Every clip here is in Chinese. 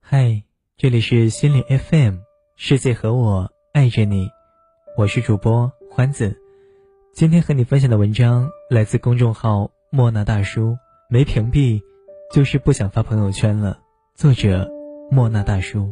嗨，这里是心理 FM， 世界和我爱着你，我是主播欢子。今天和你分享的文章来自公众号莫那大叔，没屏蔽就是不想发朋友圈了，作者莫那大叔。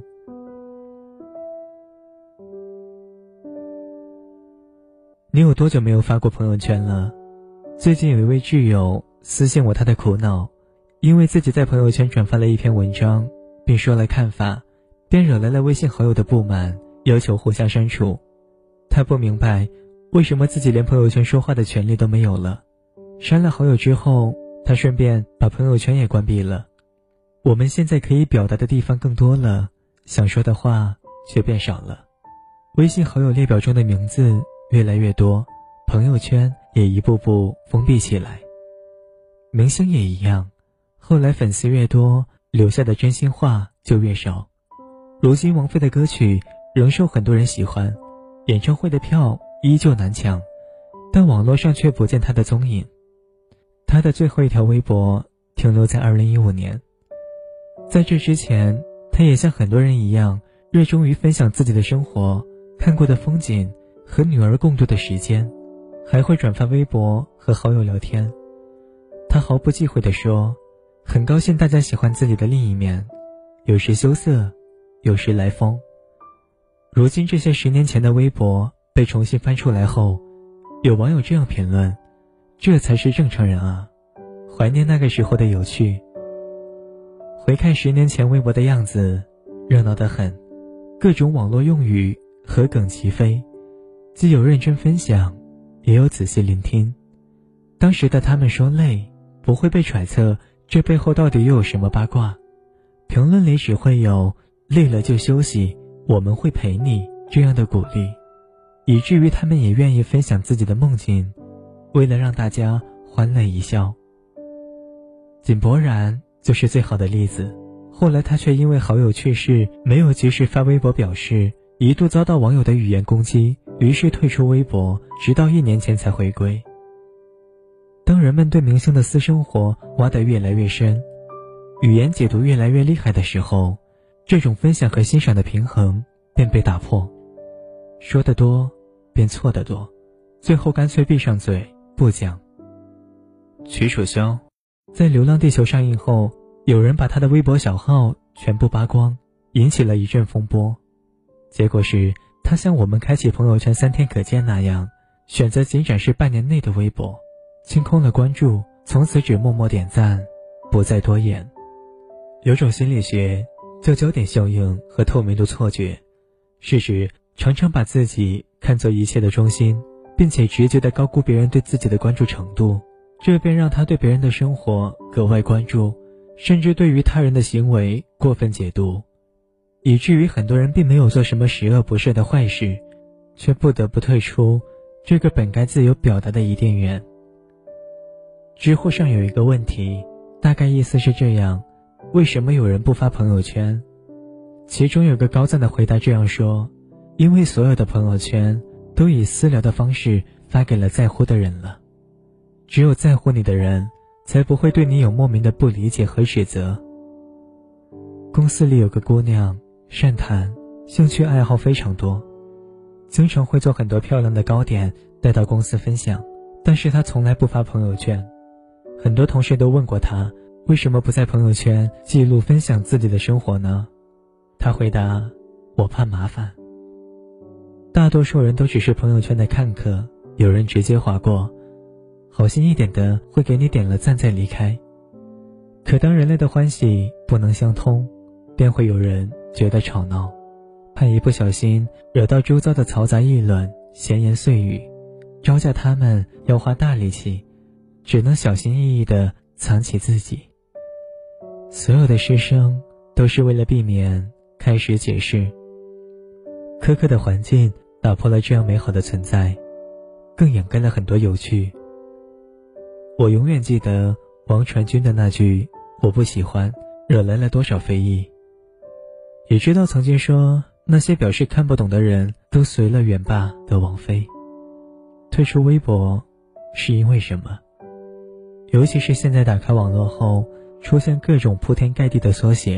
你有多久没有发过朋友圈了？最近有一位挚友私信我他的苦恼，因为自己在朋友圈转发了一篇文章并说了看法，便惹来了微信好友的不满，要求互相删除。他不明白为什么自己连朋友圈说话的权利都没有了。删了好友之后，他顺便把朋友圈也关闭了。我们现在可以表达的地方更多了，想说的话却变少了。微信好友列表中的名字越来越多，朋友圈也一步步封闭起来。明星也一样，后来粉丝越多，留下的真心话就越少。如今王菲的歌曲仍受很多人喜欢，演唱会的票依旧难抢，但网络上却不见她的踪影。她的最后一条微博停留在2015年。在这之前，她也像很多人一样，热衷于分享自己的生活，看过的风景和女儿共度的时间，还会转发微博和好友聊天。她毫不忌讳地说，很高兴大家喜欢自己的另一面，有时羞涩，有时来疯。如今这些10年前的微博被重新翻出来后，有网友这样评论，这才是正常人啊，怀念那个时候的有趣。回看10年前微博的样子，热闹得很，各种网络用语和梗齐飞，既有认真分享，也有仔细聆听。当时的他们说累，不会被揣测这背后到底又有什么八卦，评论里只会有累了就休息，我们会陪你这样的鼓励，以至于他们也愿意分享自己的梦境，为了让大家欢乐一笑。井柏然就是最好的例子，后来他却因为好友去世没有及时发微博表示，一度遭到网友的语言攻击，于是退出微博，直到1年前才回归。当人们对明星的私生活挖得越来越深，语言解读越来越厉害的时候，这种分享和欣赏的平衡便被打破，说得多便错得多，最后干脆闭上嘴不讲。曲楚萧在《流浪地球》上映后，有人把他的微博小号全部扒光，引起了一阵风波。结果是他像我们开启朋友圈3天可见那样，选择仅展示半年内的微博，清空了关注，从此只默默点赞，不再多言。有种心理学叫焦点效应和透明度错觉，是指常常把自己看作一切的中心，并且直觉地高估别人对自己的关注程度，这便让他对别人的生活格外关注，甚至对于他人的行为过分解读，以至于很多人并没有做什么十恶不赦的坏事，却不得不退出这个本该自由表达的伊甸园。知乎上有一个问题，大概意思是这样，为什么有人不发朋友圈？其中有个高赞的回答这样说，因为所有的朋友圈都以私聊的方式发给了在乎的人了，只有在乎你的人才不会对你有莫名的不理解和指责。公司里有个姑娘善谈，兴趣爱好非常多，经常会做很多漂亮的糕点带到公司分享，但是她从来不发朋友圈。很多同事都问过她，为什么不在朋友圈记录分享自己的生活呢？她回答，我怕麻烦。大多数人都只是朋友圈的看客，有人直接划过，好心一点的会给你点了赞再离开。可当人类的欢喜不能相通，便会有人觉得吵闹，怕一不小心惹到周遭的嘈杂议论、闲言碎语，招架他们要花大力气，只能小心翼翼地藏起自己。所有的失声都是为了避免开始解释。苛刻的环境打破了这样美好的存在，更掩盖了很多有趣。我永远记得王传君的那句我不喜欢惹来了多少非议，也知道曾经说那些表示看不懂的人都随了远罢的王菲。退出微博是因为什么？尤其是现在打开网络后出现各种铺天盖地的缩写，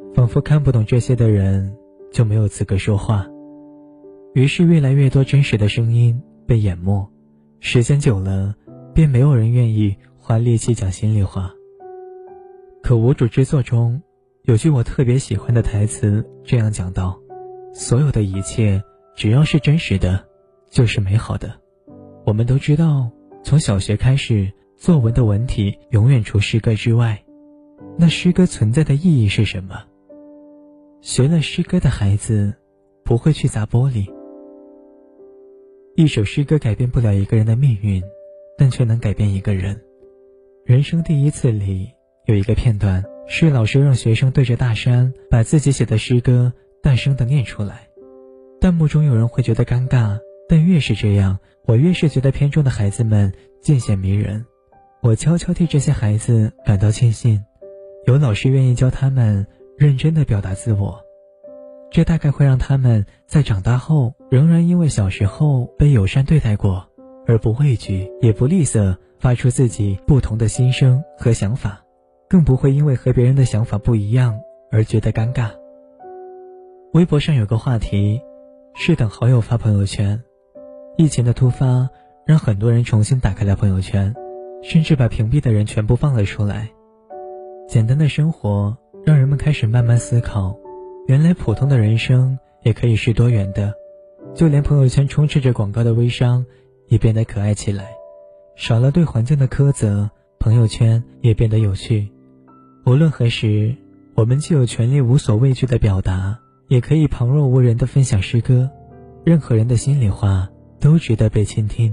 仿佛看不懂这些的人就没有资格说话。于是越来越多真实的声音被淹没，时间久了，便没有人愿意花力气讲心里话。可无主之作中有句我特别喜欢的台词，这样讲道：所有的一切只要是真实的，就是美好的。我们都知道，从小学开始，作文的文体永远除诗歌之外，那诗歌存在的意义是什么？学了诗歌的孩子不会去砸玻璃。一首诗歌改变不了一个人的命运，但却能改变一个人。人生第一次里有一个片段，是老师让学生对着大山把自己写的诗歌大声地念出来。弹幕中有人会觉得尴尬，但越是这样，我越是觉得片中的孩子们尽显迷人。我悄悄替这些孩子感到庆幸，有老师愿意教他们认真地表达自我。这大概会让他们在长大后仍然因为小时候被友善对待过，而不畏惧也不吝啬发出自己不同的心声和想法，更不会因为和别人的想法不一样而觉得尴尬。微博上有个话题是等好友发朋友圈，疫情的突发让很多人重新打开了朋友圈，甚至把屏蔽的人全部放了出来。简单的生活让人们开始慢慢思考，原来普通的人生也可以是多元的，就连朋友圈充斥着广告的微商也变得可爱起来，少了对环境的苛责，朋友圈也变得有趣。无论何时，我们既有权利无所畏惧的表达，也可以旁若无人的分享诗歌，任何人的心里话都值得被倾听。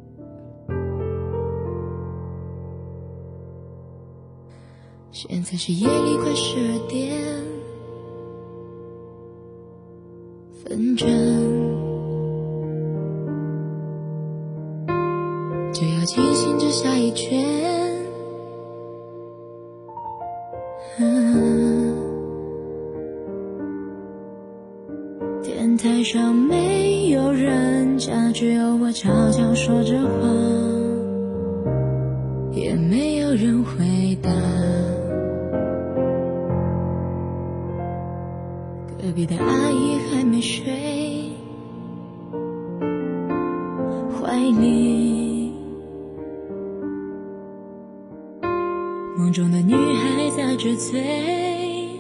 现在是夜里快12点分整，就要进行着下一圈。电台上没有人家，只有我悄悄说着话，也没有人回答。隔壁的阿姨还没睡，怀里梦中的女孩在着醉，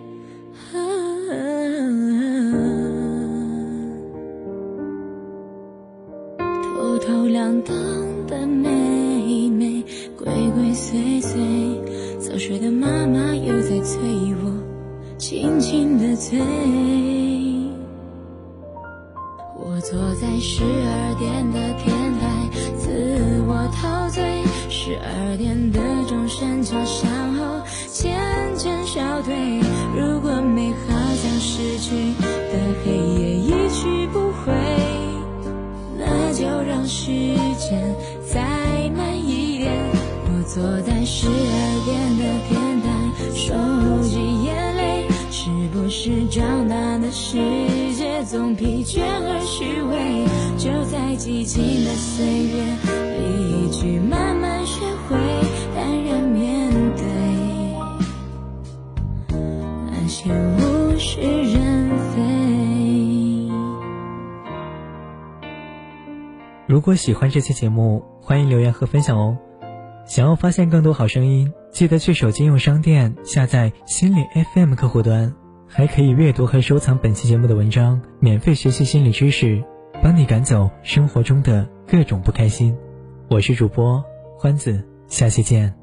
偷偷亮灯的妹妹鬼鬼祟祟，早睡的妈妈又在催我轻轻地醉。我坐在12点的天台自我陶醉，12点的钟声敲响后渐渐消退。如果美好将逝去的黑夜一去不回，那就让时间再慢一点。我坐在12点的天台收集眼泪，是不是长大的世界总疲倦而虚伪？就在寂静的岁月里，去慢慢学会淡然面对那些物是人非。 如果喜欢这期节目，欢迎留言和分享哦。想要发现更多好声音，记得去手机应用商店下载心理 FM 客户端，还可以阅读和收藏本期节目的文章，免费学习心理知识，帮你赶走生活中的各种不开心。我是主播欢子，下期见。